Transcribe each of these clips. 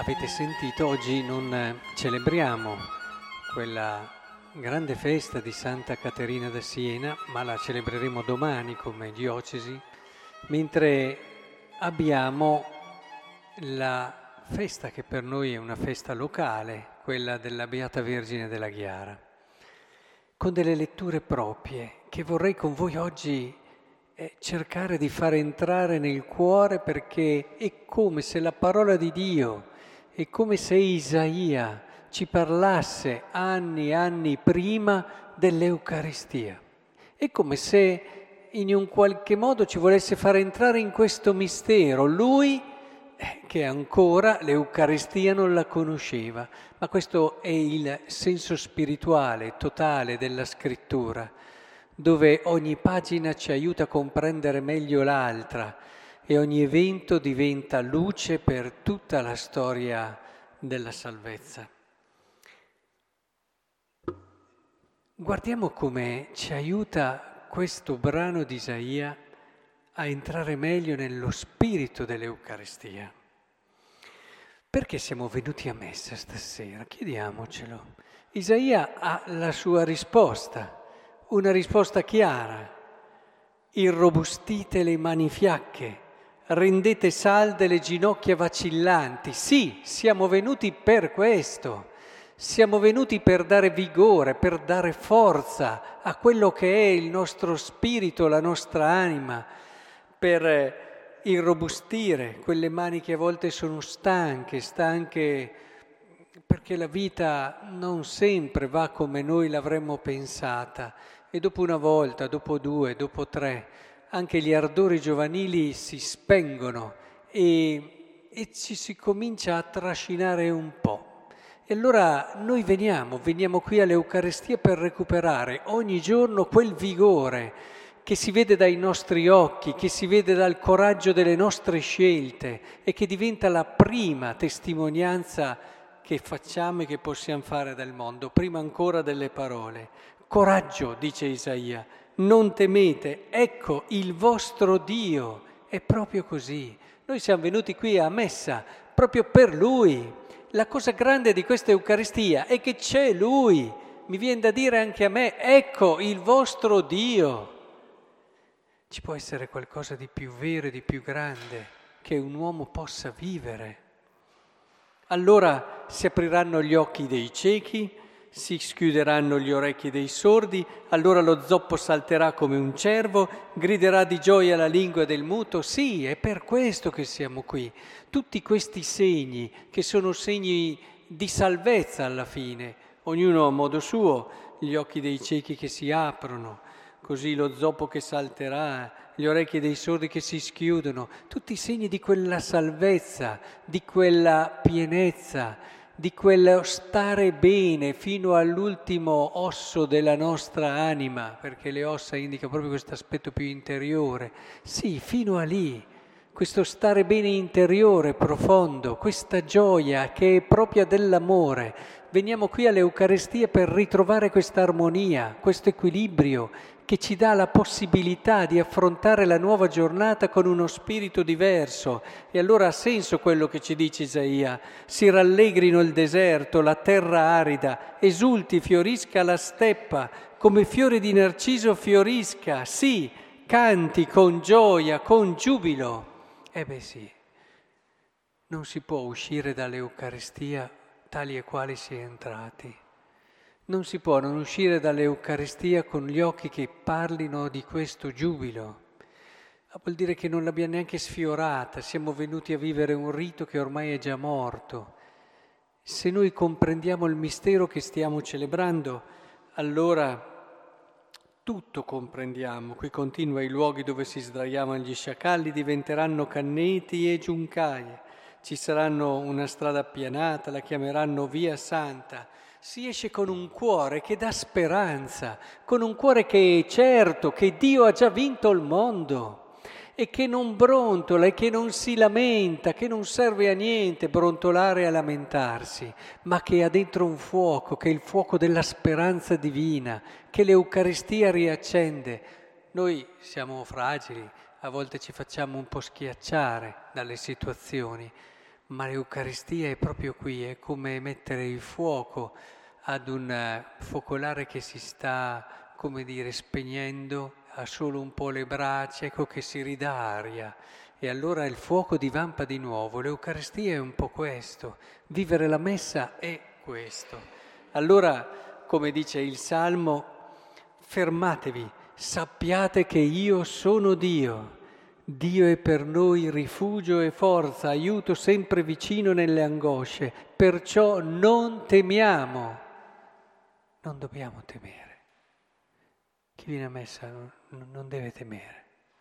Avete sentito, oggi non celebriamo quella grande festa di Santa Caterina da Siena, ma la celebreremo domani come diocesi, mentre abbiamo la festa che per noi è una festa locale, quella della Beata Vergine della Ghiara, con delle letture proprie che vorrei con voi oggi cercare di far entrare nel cuore, perché è come se la parola di Dio, è come se Isaia ci parlasse anni e anni prima dell'Eucaristia. È come se in un qualche modo ci volesse far entrare in questo mistero. Lui, che ancora l'Eucaristia non la conosceva, ma questo è il senso spirituale totale della Scrittura, dove ogni pagina ci aiuta a comprendere meglio l'altra e ogni evento diventa luce per tutta la storia della salvezza. Guardiamo come ci aiuta questo brano di Isaia a entrare meglio nello spirito dell'Eucaristia. Perché siamo venuti a messa stasera? Chiediamocelo. Isaia ha la sua risposta, una risposta chiara. Irrobustite le mani fiacche, rendete salde le ginocchia vacillanti. Sì, siamo venuti per questo. Siamo venuti per dare vigore, per dare forza a quello che è il nostro spirito, la nostra anima, per irrobustire quelle mani che a volte sono stanche perché la vita non sempre va come noi l'avremmo pensata e dopo una volta, dopo due, dopo tre, anche gli ardori giovanili si spengono e ci si comincia a trascinare un po'. E allora noi veniamo qui all'Eucaristia per recuperare ogni giorno quel vigore che si vede dai nostri occhi, che si vede dal coraggio delle nostre scelte e che diventa la prima testimonianza che facciamo e che possiamo fare del mondo, prima ancora delle parole. Coraggio, dice Isaia, non temete, ecco il vostro Dio. È proprio così. Noi siamo venuti qui a messa proprio per Lui. La cosa grande di questa Eucaristia è che c'è Lui. Mi viene da dire anche a me, ecco il vostro Dio. Ci può essere qualcosa di più vero e di più grande che un uomo possa vivere. Allora si apriranno gli occhi dei ciechi, si schiuderanno gli orecchi dei sordi, allora lo zoppo salterà come un cervo, griderà di gioia la lingua del muto. Sì, è per questo che siamo qui. Tutti questi segni, che sono segni di salvezza alla fine, ognuno a modo suo, gli occhi dei ciechi che si aprono, così lo zoppo che salterà, gli orecchi dei sordi che si schiudono, tutti i segni di quella salvezza, di quella pienezza, di quello stare bene fino all'ultimo osso della nostra anima, perché le ossa indicano proprio questo aspetto più interiore. Sì, fino a lì, questo stare bene interiore, profondo, questa gioia che è propria dell'amore. Veniamo qui all'Eucaristia per ritrovare questa armonia, questo equilibrio che ci dà la possibilità di affrontare la nuova giornata con uno spirito diverso. E allora ha senso quello che ci dice Isaia: si rallegrino il deserto, la terra arida, esulti, fiorisca la steppa, come fiore di narciso fiorisca, sì, canti con gioia, con giubilo. Sì, non si può uscire dall'Eucaristia tali e quali si è entrati. Non si può non uscire dall'Eucaristia con gli occhi che parlino di questo giubilo. Vuol dire che non l'abbiamo neanche sfiorata, siamo venuti a vivere un rito che ormai è già morto. Se noi comprendiamo il mistero che stiamo celebrando, allora tutto comprendiamo. Qui continua: i luoghi dove si sdraiavano gli sciacalli diventeranno canneti e giuncaie. Ci saranno una strada appianata, la chiameranno Via Santa. Si esce con un cuore che dà speranza, con un cuore che è certo che Dio ha già vinto il mondo e che non brontola e che non si lamenta, che non serve a niente brontolare e a lamentarsi, ma che ha dentro un fuoco, che è il fuoco della speranza divina, che l'Eucaristia riaccende. Noi siamo fragili, a volte ci facciamo un po' schiacciare dalle situazioni, ma l'Eucaristia è proprio qui, è come mettere il fuoco ad un focolare che si sta, come dire, spegnendo, ha solo un po' le braccia, ecco che si ridà aria e allora il fuoco divampa di nuovo. L'Eucaristia è un po' questo, vivere la messa è questo. Allora, come dice il Salmo, fermatevi, sappiate che io sono Dio. Dio è per noi rifugio e forza, aiuto sempre vicino nelle angosce, perciò non temiamo, non dobbiamo temere. Chi viene a messa non deve temere.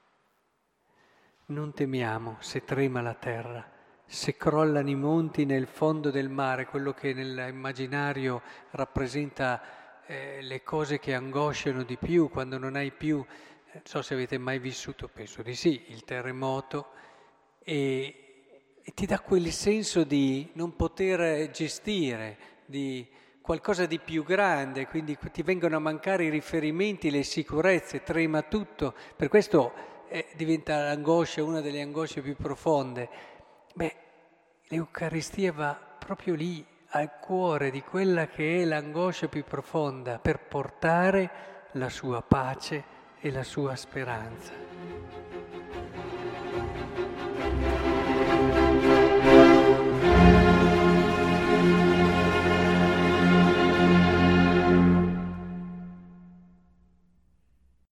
Non temiamo se trema la terra, se crollano i monti nel fondo del mare, quello che nell'immaginario rappresenta le cose che angosciano di più, quando non hai più, non so se avete mai vissuto, penso di sì, il terremoto, e ti dà quel senso di non poter gestire, di qualcosa di più grande, quindi ti vengono a mancare i riferimenti, le sicurezze, trema tutto, per questo diventa l'angoscia, una delle angosce più profonde. Beh, l'Eucaristia va proprio lì, al cuore di quella che è l'angoscia più profonda, per portare la sua pace e la sua speranza.